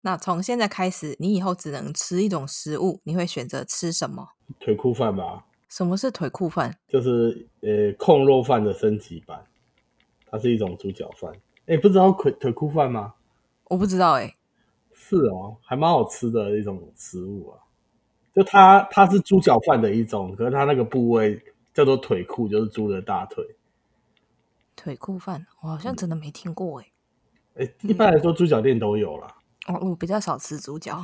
那从现在开始，你以后只能吃一种食物，你会选择吃什么？ 腿裤饭吧。 什么是腿裤饭？ 就是控肉饭的升级版，它是一种猪脚饭。不知道腿裤饭吗？ 我不知道是哦，还蛮好吃的一种食物啊。就它是猪脚饭的一种，可是它那个部位叫做腿裤，就是猪的大腿。 腿裤饭我好像真的没听过一般来说猪脚店都有啦。 我比较少吃猪脚。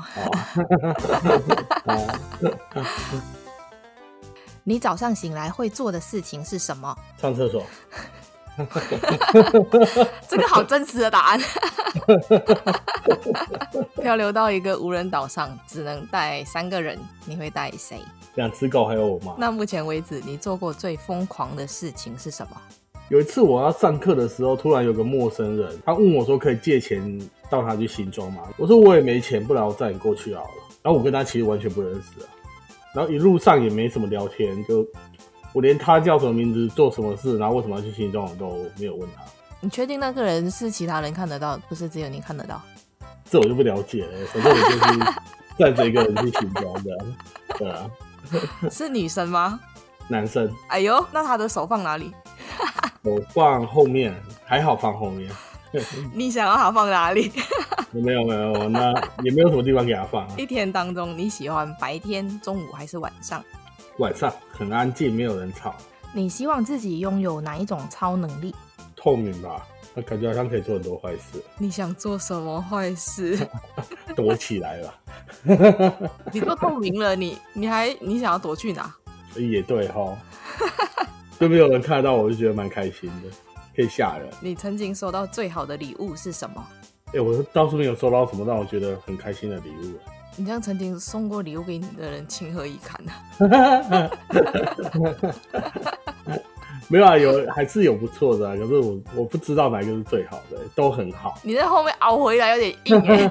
你早上醒来会做的事情是什么？ 上厕所。 这个好真实的答案。漂流到一个无人岛上，只能带3个人，你会带谁 ？2只狗还有我妈。 那目前为止，你做过最疯狂的事情是什么？ 有一次我要上课的时候，突然有个陌生人，他问我说可以借钱到他去新庄吗？我说我也没钱，不然我载你过去好了。然后我跟他其实完全不认识啊，然后一路上也没什么聊天，就我连他叫什么名字、做什么事，然后为什么要去新庄我都没有问他。 你确定那个人是其他人看得到，不是只有你看得到？ 这我就不了解了，反正我就是载着一个人去新庄的。对啊。 是女生吗？ 男生。 哎呦，那他的手放哪里？ 我放后面，还好放后面。 你想要他放哪里？ 没有，那也没有什么地方给他放一天当中，你喜欢白天、中午还是晚上？ 晚上，很安静，没有人吵。 你希望自己拥有哪一种超能力？ 透明吧，那感觉好像可以做很多坏事。 你想做什么坏事？ 躲起来吧。 你都透明了，你想要躲去哪？ 也对齁。就没有人看到我，就觉得蛮开心的，可以吓人。 你曾经收到最好的礼物是什么？ 我倒是没有收到什么让我觉得很开心的礼物。 你这样曾经送过礼物给你的人情何以堪啊？ 没有啊，还是有不错的可是我不知道哪一个是最好的，都很好。 你在后面熬回来有点硬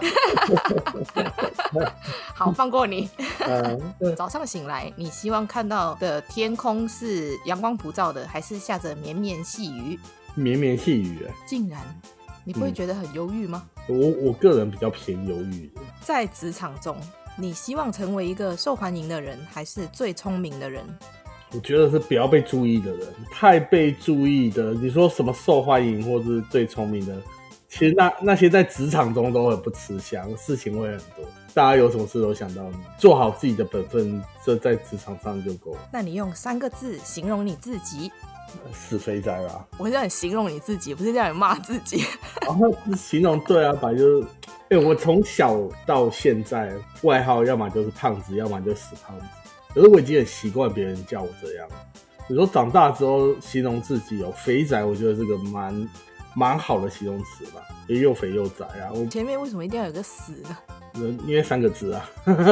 好，放过你。早上醒来，你希望看到的天空是阳光普照的，还是下着绵绵细雨？ 绵绵细雨竟然，你不会觉得很忧郁吗？ 我个人比较偏忧郁的。 在职场中，你希望成为一个受欢迎的人，还是最聪明的人？ 我觉得是不要被注意的人。太被注意的，你说什么受欢迎或是最聪明的，其实那些在职场中都很不吃香，事情会很多，大家有什么事都想到你。做好自己的本分，这在职场上就够了。 那你用3个字形容你自己？ 死肥宅吧。 我是叫你形容你自己，不是叫你骂自己。 然后形容对啊，本来就是，我从小到现在外号要么就是胖子，要么就是死胖子。可是我已经很习惯别人叫我这样。你说长大之后形容自己肥宅，我觉得是个蛮好的形容词吧，又肥又宅啊。 前面为什么一定要有个死呢？ 因为3个字啊。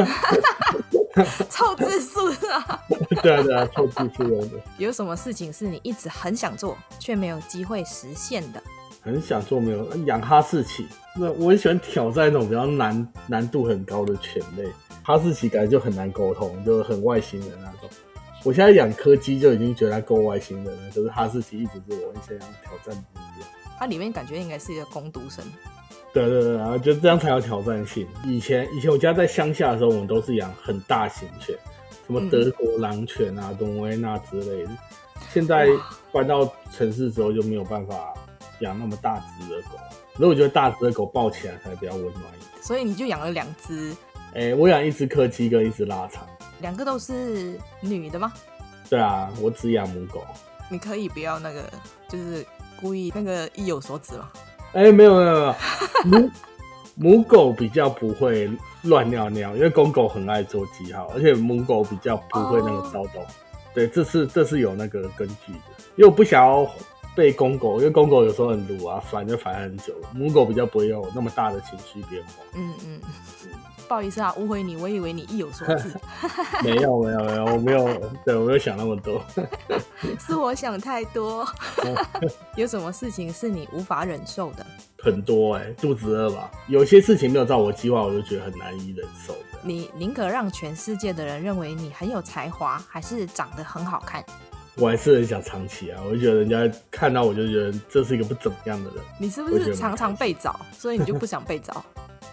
凑字数啊。 对啊，凑字数的。 有什么事情是你一直很想做却没有机会实现的？ 很想做没有养哈士奇。我很喜欢挑战那种比较难度很高的犬类。哈士奇感觉就很难沟通，就很外星人那种。我现在养柯基就已经觉得它够外星人了，可是哈士奇一直是我很想要挑战的目标。 它里面感觉应该是一个工读生。 对，然后就这样才有挑战性。以前我家在乡下的时候，我们都是养很大型犬，什么德国狼犬啊、东维纳之类的。现在搬到城市之后，就没有办法养那么大只的狗。可是我觉得大只的狗抱起来才比较温暖一点。 所以你就养了2只？ 我养1只柯基跟1只腊肠。 2个都是女的吗？ 对啊，我只养母狗。 你可以不要那个，就是故意那个意有所指吗？ 没有母狗比较不会乱尿尿，因为公狗很爱做记号，而且母狗比较不会那个骚动。对，这是有那个根据的。因为我不想要被公狗，因为公狗有时候很鲁啊，烦就烦很久。母狗比较不会有那么大的情绪变化。 不好意思啊，误会你，我以为你意有所指。 没有，我没有想那么多。 是我想太多。有什么事情是你无法忍受的？ 很多肚子饿吧。有些事情没有照我计划，我就觉得很难以忍受的。 你宁可让全世界的人认为你很有才华，还是长得很好看？ 我还是很想长期啊，我就觉得人家看到我就觉得这是一个不怎么样的人。 你是不是常常被找，所以你就不想被找？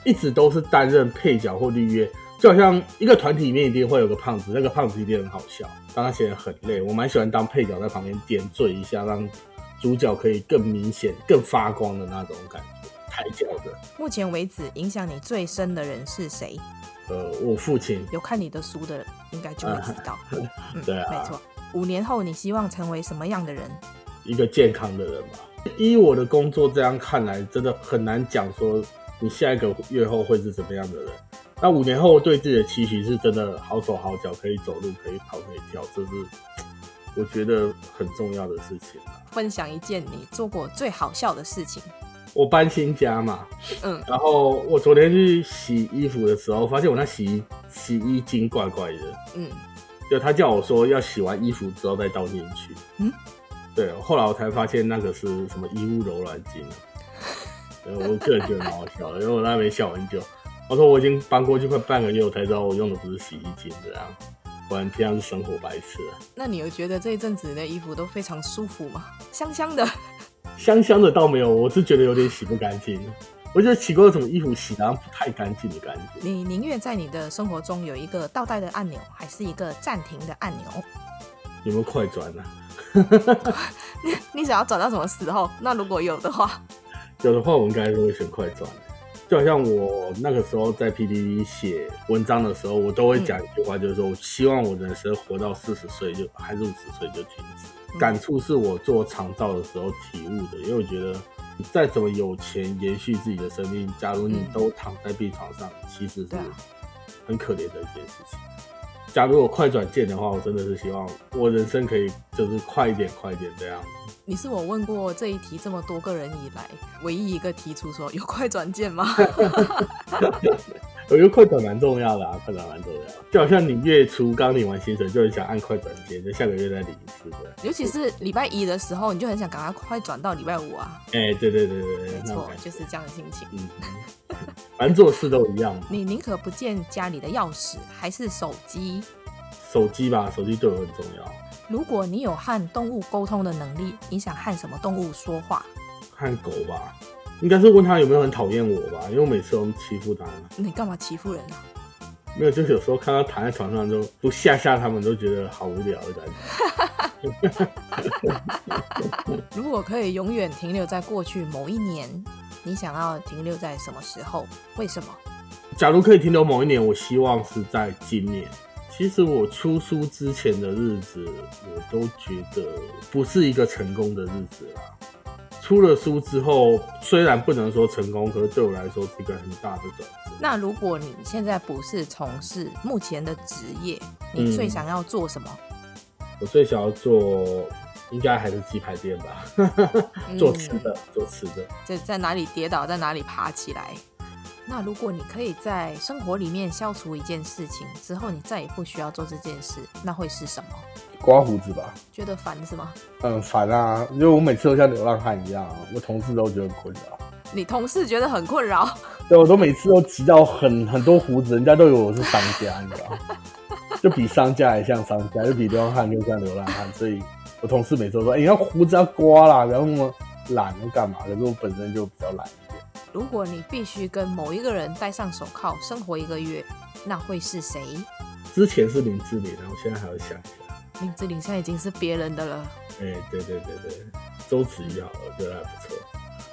一直都是担任配角或绿叶，就好像一个团体里面一定会有个胖子，那个胖子一定很好笑，当他显得很累。我蛮喜欢当配角在旁边点缀一下，让主角可以更明显、更发光的那种感觉，抬脚的。 目前为止，影响你最深的人是谁？ 我父亲。 有看你的书的人应该就会知道。 对啊， 没错。5年后你希望成为什么样的人？ 一个健康的人吧。依我的工作这样看来，真的很难讲说你下一个月后会是怎么样的人。那5年后对自己的期许是真的好手好脚，可以走路，可以跑，可以跳，这是我觉得很重要的事情。 分享一件你做过最好笑的事情。 我搬新家嘛，然后我昨天去洗衣服的时候，发现我那洗衣精怪怪的，就他叫我说要洗完衣服之后再倒进去，对，后来我才发现那个是什么衣物柔软精，我个人觉得蛮好笑的，因为我那没笑很久。我说我已经搬过去快半个月，我才知道我用的不是洗衣精这样，果然平常是生活白痴。 那你有觉得这一阵子的衣服都非常舒服吗？香香的？ 香香的倒没有，我是觉得有点洗不干净。我觉得奇怪，什么衣服洗得好像不太干净的感觉。 你宁愿在你的生活中有一个倒带的按钮，还是一个暂停的按钮？ 有没有快转啊？ 你想要转到什么时候？那如果有的话， 我应该是会选快转。就好像我那个时候在 PTT 写文章的时候，我都会讲一句话，就是说我希望我人生活到40岁还是50岁就停止。感触是我做长照的时候体悟的，因为我觉得再怎么有钱延续自己的生命，假如你都躺在病床上，其实是很可怜的一件事情。假如我快转键的话，我真的是希望我人生可以就是快一点这样。 你是我问过这一题这么多个人以来唯一一个提出说有快转键吗？ 我觉得快转蛮重要的啊，快转蛮重要的，就好像你月初刚领完薪水就很想按快转键，就下个月再领一次的。 尤其是礼拜1的时候，你就很想赶快转到礼拜5啊。 对， 没错，就是这样的心情。 反正做事都一样。 你宁可不见家里的钥匙，还是手机？ 手机吧，手机对我很重要。 如果你有和动物沟通的能力，你想和什么动物说话？ 和狗吧，应该是问他有没有很讨厌我吧，因为我每次都欺负他。 你干嘛欺负人啊？ 没有，就是有时候看他躺在床上就不吓他们，都觉得好无聊的感觉。如果可以永远停留在过去某一年，你想要停留在什么时候？为什么？ 假如可以停留某一年，我希望是在今年。其实我出书之前的日子，我都觉得不是一个成功的日子啦。出了书之后，虽然不能说成功，可是对我来说是一个很大的转折。 那如果你现在不是从事目前的职业，你最想要做什么？ 我最想要做，应该还是鸡排店吧。做吃的。 就在哪里跌倒，在哪里爬起来。那如果你可以在生活里面消除一件事情之后，你再也不需要做这件事，那会是什么？ 刮胡子吧。 觉得烦是吗？ 烦啊，因为我每次都像流浪汉一样，我同事都觉得很困扰。 你同事觉得很困扰？ 对，我都每次都集到很多胡子，人家都以为我是商家，你知道吗？就比商家还像商家，就比流浪汉更像流浪汉，所以我同事每次都说：“你要胡子要刮啦，不要那么懒，要干嘛？”可是我本身就比较懒一点。 如果你必须跟某一个人戴上手铐生活1个月，那会是谁？ 之前是林志玲，我现在还要想一下。 林志玲现在已经是别人的了。 对，周子瑜好了，我觉得还不错。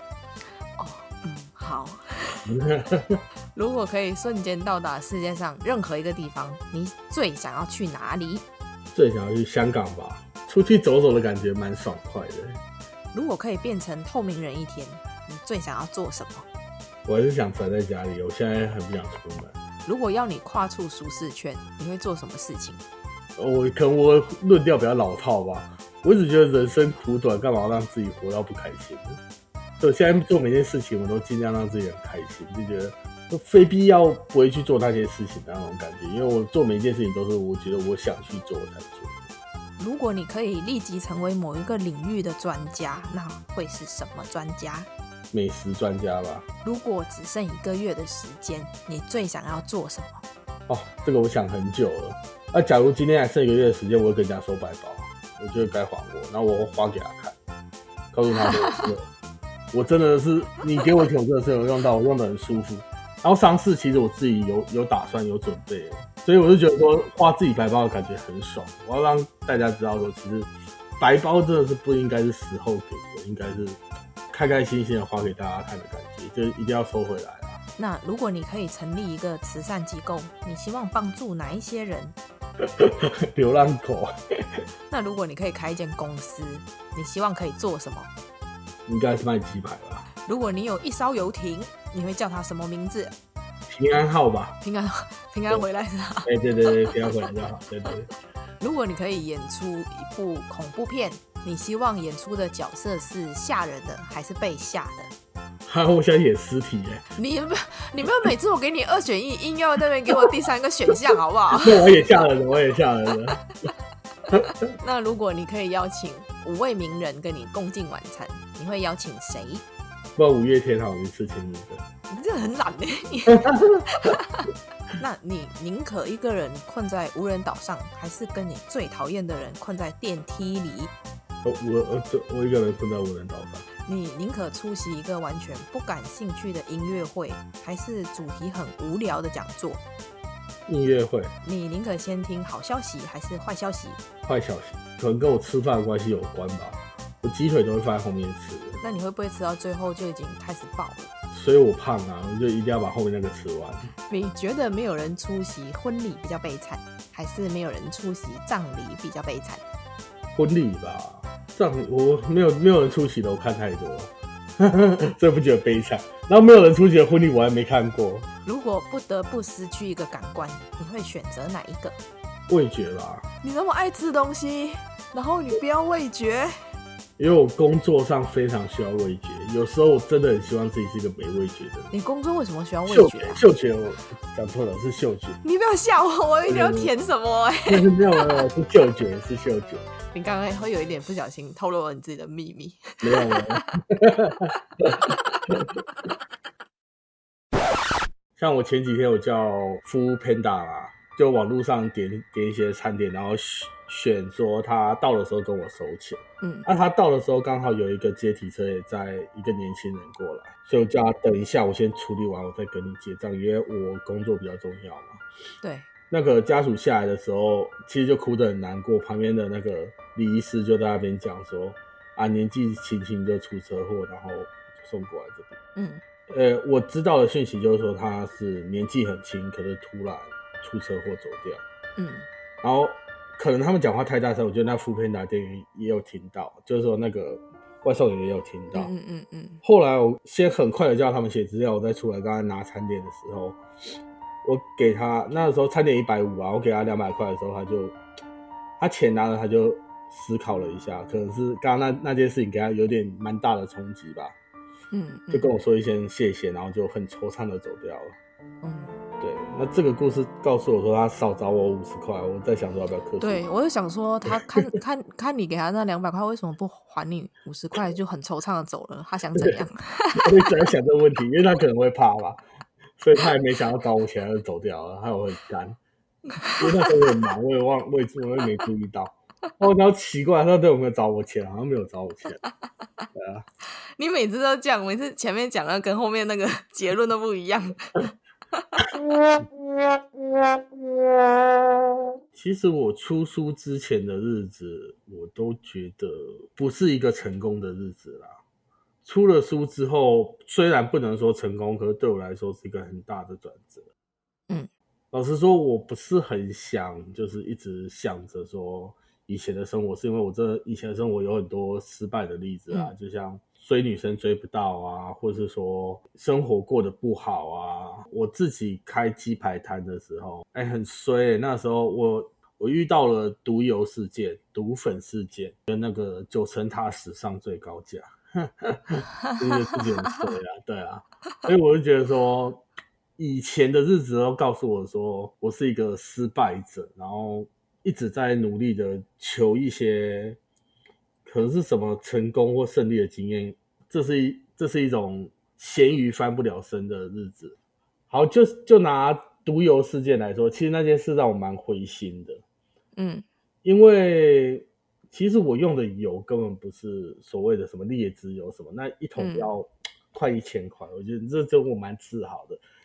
好。如果可以瞬间到达世界上任何一个地方，你最想要去哪里？最想要去香港吧，出去走走的感觉蛮爽快的。如果可以变成透明人一天，你最想要做什么？我还是想宅在家里，我现在很不想出门。如果要你跨出舒适圈，你会做什么事情？可能我论调比较老套吧，我一直觉得人生苦短，干嘛让自己活到不开心呢？所以现在做每件事情，我都尽量让自己很开心，就觉得非必要不会去做那些事情的那种感觉。因为我做每一件事情都是我觉得我想去做我才做。如果你可以立即成为某一个领域的专家，那会是什么专家？美食专家吧。如果只剩1个月的时间，你最想要做什么？这个我想很久了。假如今天还剩1个月的时间，我会跟人家收白包，我觉得该还我，然后我会花给他看，告诉他我真的是你给我钱，我真的是有用到，我用的很舒服。 然后丧事其实我自己有打算有准备了，所以我就觉得说花自己白包的感觉很爽。我要让大家知道说，其实白包真的是不应该是时候给的，应该是开开心心的花给大家看的感觉，就一定要收回来啦。 那如果你可以成立一个慈善机构，你希望帮助哪一些人？ 流浪狗。 那如果你可以开一间公司，你希望可以做什么？ 应该是卖鸡排吧。 如果你有一艘游艇，你会叫它什么名字？ 平安号吧。 平安回来是吧？ 对，平安回来就好。对。 如果你可以演出一部恐怖片，你希望演出的角色是吓人的还是被吓的？ 我想演尸体耶。 你不要每次我给你2选1，硬要那边给我第3个选项好不好？ 我也吓人了。 那如果你可以邀请5位名人跟你共进晚餐，你会邀请谁？ 不然5月天好，一次请你的。 你真的很懒耶。那你宁可一个人困在无人岛上，还是跟你最讨厌的人困在电梯里？ 我一个人困在无人岛上。 你宁可出席一个完全不感兴趣的音乐会，还是主题很无聊的讲座？ 音乐会。 你宁可先听好消息还是坏消息？ 坏消息，可能跟我吃饭的关系有关吧。我鸡腿都会放在后面吃的。 那你会不会吃到最后就已经开始爆了？ 所以我胖啊，我就一定要把后面那个吃完。 你觉得没有人出席婚礼比较悲惨，还是没有人出席葬礼比较悲惨？ 婚礼吧。我没有人出席的，我看太多，所以不觉得悲惨。然后没有人出席的婚礼我还没看过。 如果不得不失去一个感官，你会选择哪一个？ 味觉吧。 你那么爱吃东西，然后你不要味觉？ 因为我工作上非常需要味觉，有时候我真的很希望自己是一个没味觉的人。 你工作为什么需要味觉啊？ 嗅觉，我讲错了，是嗅觉。 你不要吓我，我一定要填什么没有，是嗅觉，是嗅觉。 你刚刚会有一点不小心透露了你自己的秘密。 没有。像我前几天我叫 Foodpanda 嘛，就网络上点一些餐点，然后选说他到的时候跟我收钱。他到的时候刚好有一个接提车也在一个年轻人过来，所以我叫他等一下，我先处理完我再跟你结账，因为我工作比较重要嘛。 对。 那个家属下来的时候其实就哭得很难过，旁边的那个礼仪师就在那边讲说年纪轻轻就出车祸，然后送过来这边。我知道的讯息就是说他是年纪很轻，可是突然出车祸走掉。然后可能他们讲话太大声，我觉得那Foodpanda店员也有听到，就是说那个外送员也有听到。后来我先很快的叫他们写资料，我再出来刚才拿餐点的时候，我给他那时候餐点150啊，我给他200块的时候，他钱拿了，他就思考了一下，可能是刚刚那件事情给他有点蛮大的冲击吧。就跟我说一声谢谢，然后就很惆怅的走掉了。对，那这个故事告诉我说他少找我50块，我在想说要不要客诉。 对，我就想说他看你给他那200块，为什么不还你50块，就很惆怅的走了？他想怎样？ 我一直在想这个问题，因为他可能会怕吧，所以他也没想要找我钱，他就走掉了，害我很干。因为那时候我很忙，我也没注意到。然后奇怪，他对我没有找我钱，好像没有找我钱。对啊， 你每次都这样，每次前面讲的跟后面那个结论都不一样。 其实我出书之前的日子，我都觉得不是一个成功的日子啦。出了书之后，虽然不能说成功，可是对我来说是一个很大的转折。老实说，我不是很想就是一直想着说以前的生活，是因为我这以前的生活有很多失败的例子啊，就像追女生追不到啊，或是说生活过得不好啊。我自己开鸡排摊的时候，很衰那时候我遇到了毒油事件、毒粉事件，跟那个9层塔史上最高价，就是自己很衰啊，对啊，所以我就觉得说，以前的日子都告诉我说，我是一个失败者，然后一直在努力的求一些可能是什么成功或胜利的经验，这是一种咸鱼翻不了身的日子。好，就拿毒油事件来说，其实那件事让我蛮灰心的。因为其实我用的油根本不是所谓的什么劣质油什么，那一桶要快1000块，我觉得这我蛮自豪的。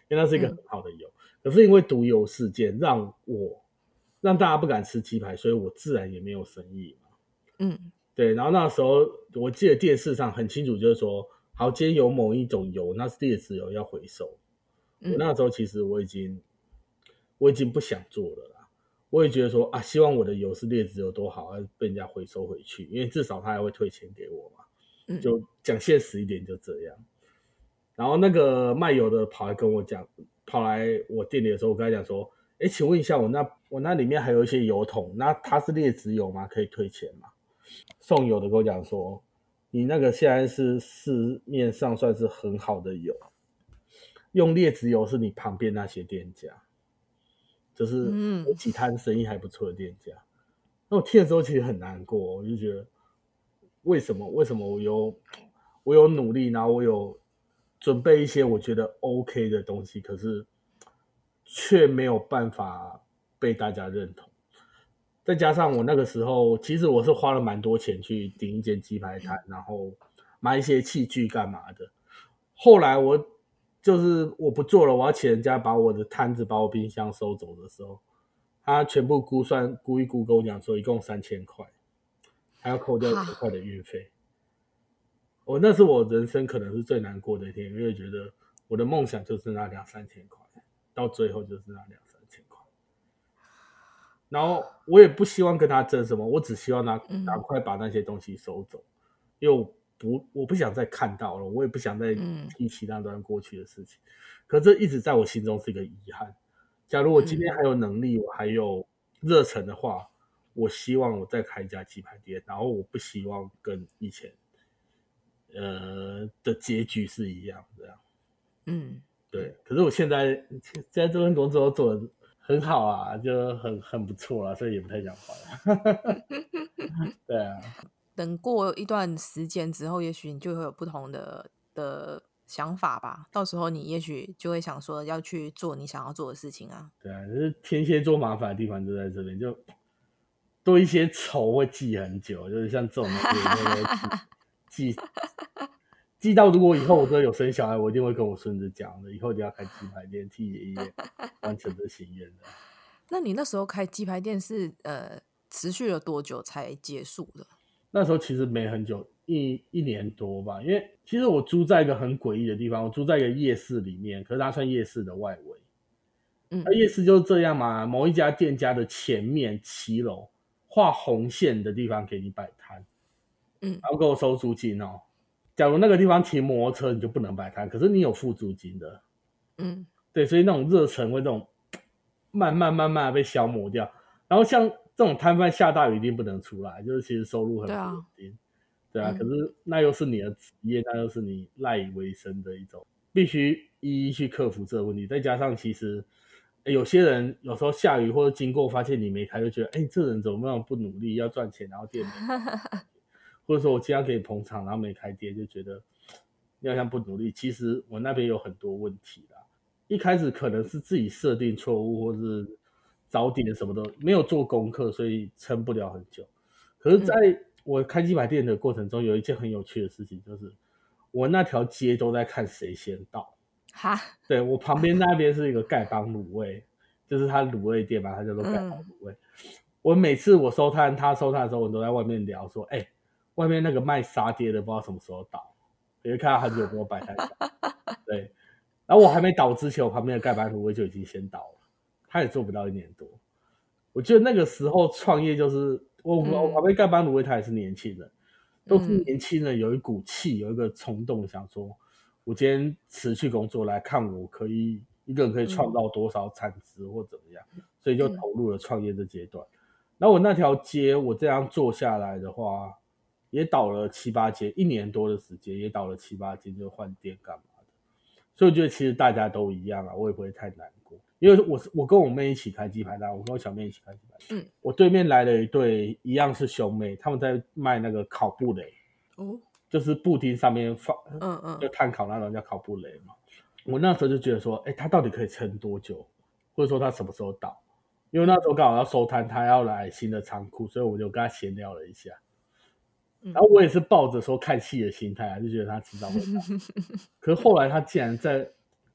因为那是一个很好的油。可是因为毒油事件让大家不敢吃鸡排，所以我自然也没有生意嘛。对，然后那时候我记得电视上很清楚，就是说，好，今天有某一种油，那是劣质油要回收。我那时候其实我已经不想做了啦。我也觉得说啊，希望我的油是劣质油多好，要被人家回收回去，因为至少他还会退钱给我嘛。就讲现实一点，就这样。然后那个卖油的跑来跟我讲，跑来我店里的时候，我跟他讲说，请问一下，我那里面还有一些油桶，那它是劣质油吗？可以退钱吗？送油的跟我讲说，你那个现在是市面上算是很好的油，用劣质油是你旁边那些店家，就是有几摊生意还不错的店家。那我听的时候其实很难过，我就觉得为什么我有努力，然后我有准备一些我觉得 OK 的东西，可是却没有办法被大家认同。再加上我那个时候，其实我是花了蛮多钱去订一间鸡排摊，然后买一些器具干嘛的。后来我不做了，我要请人家把我的摊子、把我冰箱收走的时候，他全部估一估跟我讲说，一共3000块，还要扣掉100块的运费。那是我人生可能是最难过的一天，因为觉得我的梦想就是那2-3千块，到最后就是那2-3千块。然后我也不希望跟他争什么，我只希望他赶快把那些东西收走，因为我不想再看到了，我也不想再提起那段过去的事情。可这一直在我心中是一个遗憾。假如我今天还有能力，我还有热忱的话，我希望我再开一家鸡排店，然后我不希望跟以前的结局是一样这样。对。可是我现在这份工作做的很好啊，就很不错啊，所以也不太想换。对啊。 等过一段时间之后，也许你就会有不同的想法吧。到时候你也许就会想说要去做你想要做的事情啊。 对啊，就是天蝎座麻烦的地方就在这边，就多一些仇会记很久，就是像这种记到，如果以后我真的有生小孩，我一定会跟我孙子讲的，以后一定要开鸡排店，替爷爷完成这心愿的。 那你那时候开鸡排店是持续了多久才结束的？ 那时候其实没很久，一年多吧。因为其实我住在一个很诡异的地方，我住在一个夜市里面，可是它算夜市的外围。夜市就是这样嘛，某一家店家的前面7楼画红线的地方给你摆摊，然后给我收租金哦。假如那个地方骑摩托车，你就不能摆摊，可是你有付租金的。对，所以那种热忱会这种慢慢被消磨掉。然后像这种摊贩下大雨一定不能出来，就是其实收入很不稳定。对啊，可是那又是你的职业，那又是你赖以为生的一种，必须一一去克服这个问题。再加上其实有些人有时候下雨或者经过发现你没开，就觉得这人怎么那么不努力，要赚钱，然后店没开或者说我今天给你捧场，然后没开店，就觉得你好像不努力。其实我那边有很多问题啦，一开始可能是自己设定错误，或是早点什么的没有做功课，所以撑不了很久。可是在我开鸡排店的过程中，有一件很有趣的事情，就是我那条街都在看谁先到。对，我旁边那边是一个丐帮卤味，就是他卤味店嘛，他叫做丐帮卤味。我每次我收摊，他收摊的时候，我都在外面聊说，外面那个卖沙爹的不知道什么时候倒，因为看他很久没有摆摊。对，然后我还没倒之前，我旁边的丐帮卤味就已经先倒了，他也做不到1年多。我觉得那个时候创业就是我旁边丐帮卤味他也是年轻人，都是年轻人有一股气，有一个冲动，想说我今天辞去工作来看我可以一个人可以创造多少产值或怎么样，所以就投入了创业这阶段。然后我那条街我这样做下来的话，也倒了7-8间，1年多的时间也倒了7-8间，就换店干嘛的。所以我觉得其实大家都一样啊，我也不会太难过。因为我跟我妹一起开鸡排摊，我跟我小妹一起开鸡排摊。我对面来了一对一样是兄妹，他们在卖那个烤布雷。就是布丁上面放就炭烤那种叫烤布雷嘛。我那时候就觉得说他到底可以撑多久，或者说他什么时候倒。因为那时候刚好要收摊，他要来新的仓库，所以我就跟他闲聊了一下。然后我也是抱着说看戏的心态就觉得他迟早会倒。可是后来他竟然在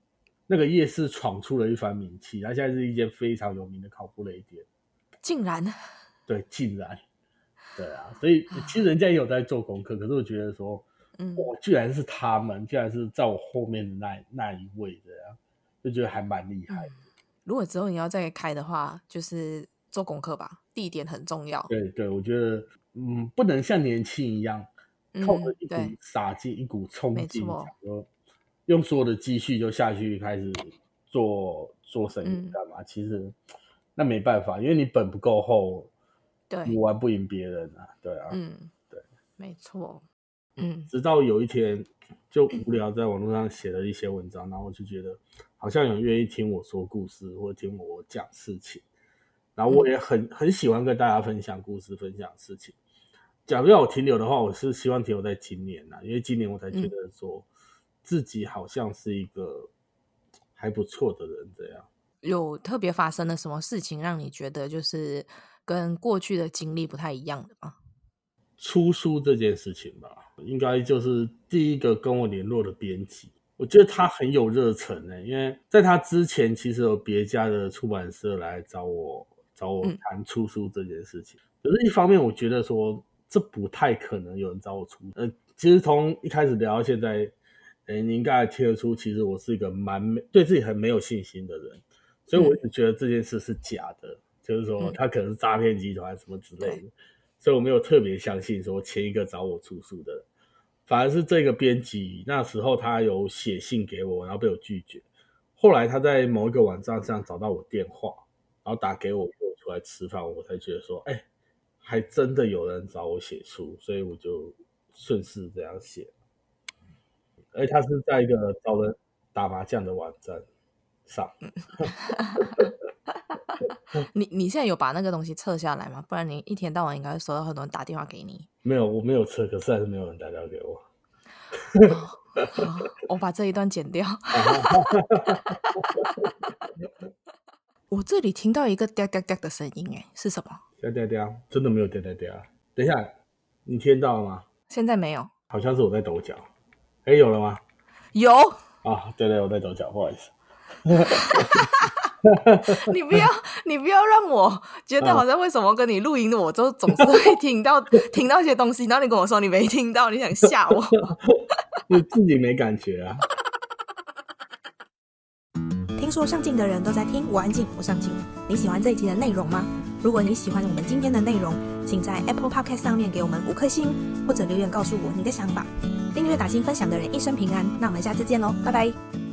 那个夜市闯出了一番名气，它现在是一间非常有名的烤布雷店。 竟然， 对，竟然，对啊，所以其实人家也有在做功课，可是我觉得说，哇，居然是他们，居然是在我后面的那一位，这样就觉得还蛮厉害的。 如果之后你要再开的话，就是做功课吧，地点很重要。 对，我觉得，不能像年轻一样，靠着一股傻劲、一股冲劲，想说用所有的积蓄就下去开始做生意干嘛？其实那没办法，因为你本不够厚， 对， 你玩不赢别人啊，对啊，对， 没错， 直到有一天就无聊，在网络上写了一些文章，然后我就觉得好像有人愿意听我说故事，或者听我讲事情，然后我也很喜欢跟大家分享故事、分享事情。假如要我停留的话，我是希望停留在今年啊，因为今年我才觉得说自己好像是一个还不错的人，这样。 有特别发生了什么事情让你觉得就是跟过去的经历不太一样的吗？ 出书这件事情吧，应该就是第一个跟我联络的编辑，我觉得他很有热忱因为在他之前其实有别家的出版社来找我谈出书这件事情，可是一方面我觉得说这不太可能有人找我出，其实从一开始聊到现在，你应该听得出，其实我是一个对自己很没有信心的人，所以我一直觉得这件事是假的，就是说他可能是诈骗集团什么之类的，所以我没有特别相信说前一个找我出书的人，反而是这个编辑那时候他有写信给我，然后被我拒绝，后来他在某一个网站上找到我电话，然后打给我，约我出来吃饭，我才觉得说还真的有人找我写书，所以我就顺势这样写。而且他是在一个找人打麻将的网站上。 你现在有把那个东西撤下来吗？不然你一天到晚应该会收到很多人打电话给你。 没有，我没有撤，可是还是没有人打电话给我。 好，我把这一段剪掉。我这里听到一个嗲嗲嗲的声音，是什么？ 嗲嗲嗲，真的没有嗲嗲嗲。等一下，你听到了吗？ 现在没有， 好像是我在抖脚。有了吗？ 有啊，对，我在抖脚，不好意思。 你不要让我觉得好像为什么跟你录音的我就总是会听到一些东西，然后你跟我说你没听到，你想吓我。 你自己没感觉啊。 听说上镜的人都在听，我安静，我上镜。你喜欢这一集的内容吗？如果你喜欢我们今天的内容，请在 Apple Podcast 上面给我们5颗星，或者留言告诉我你的想法。订阅、打星、分享的人一生平安。那我们下次见喽，拜拜。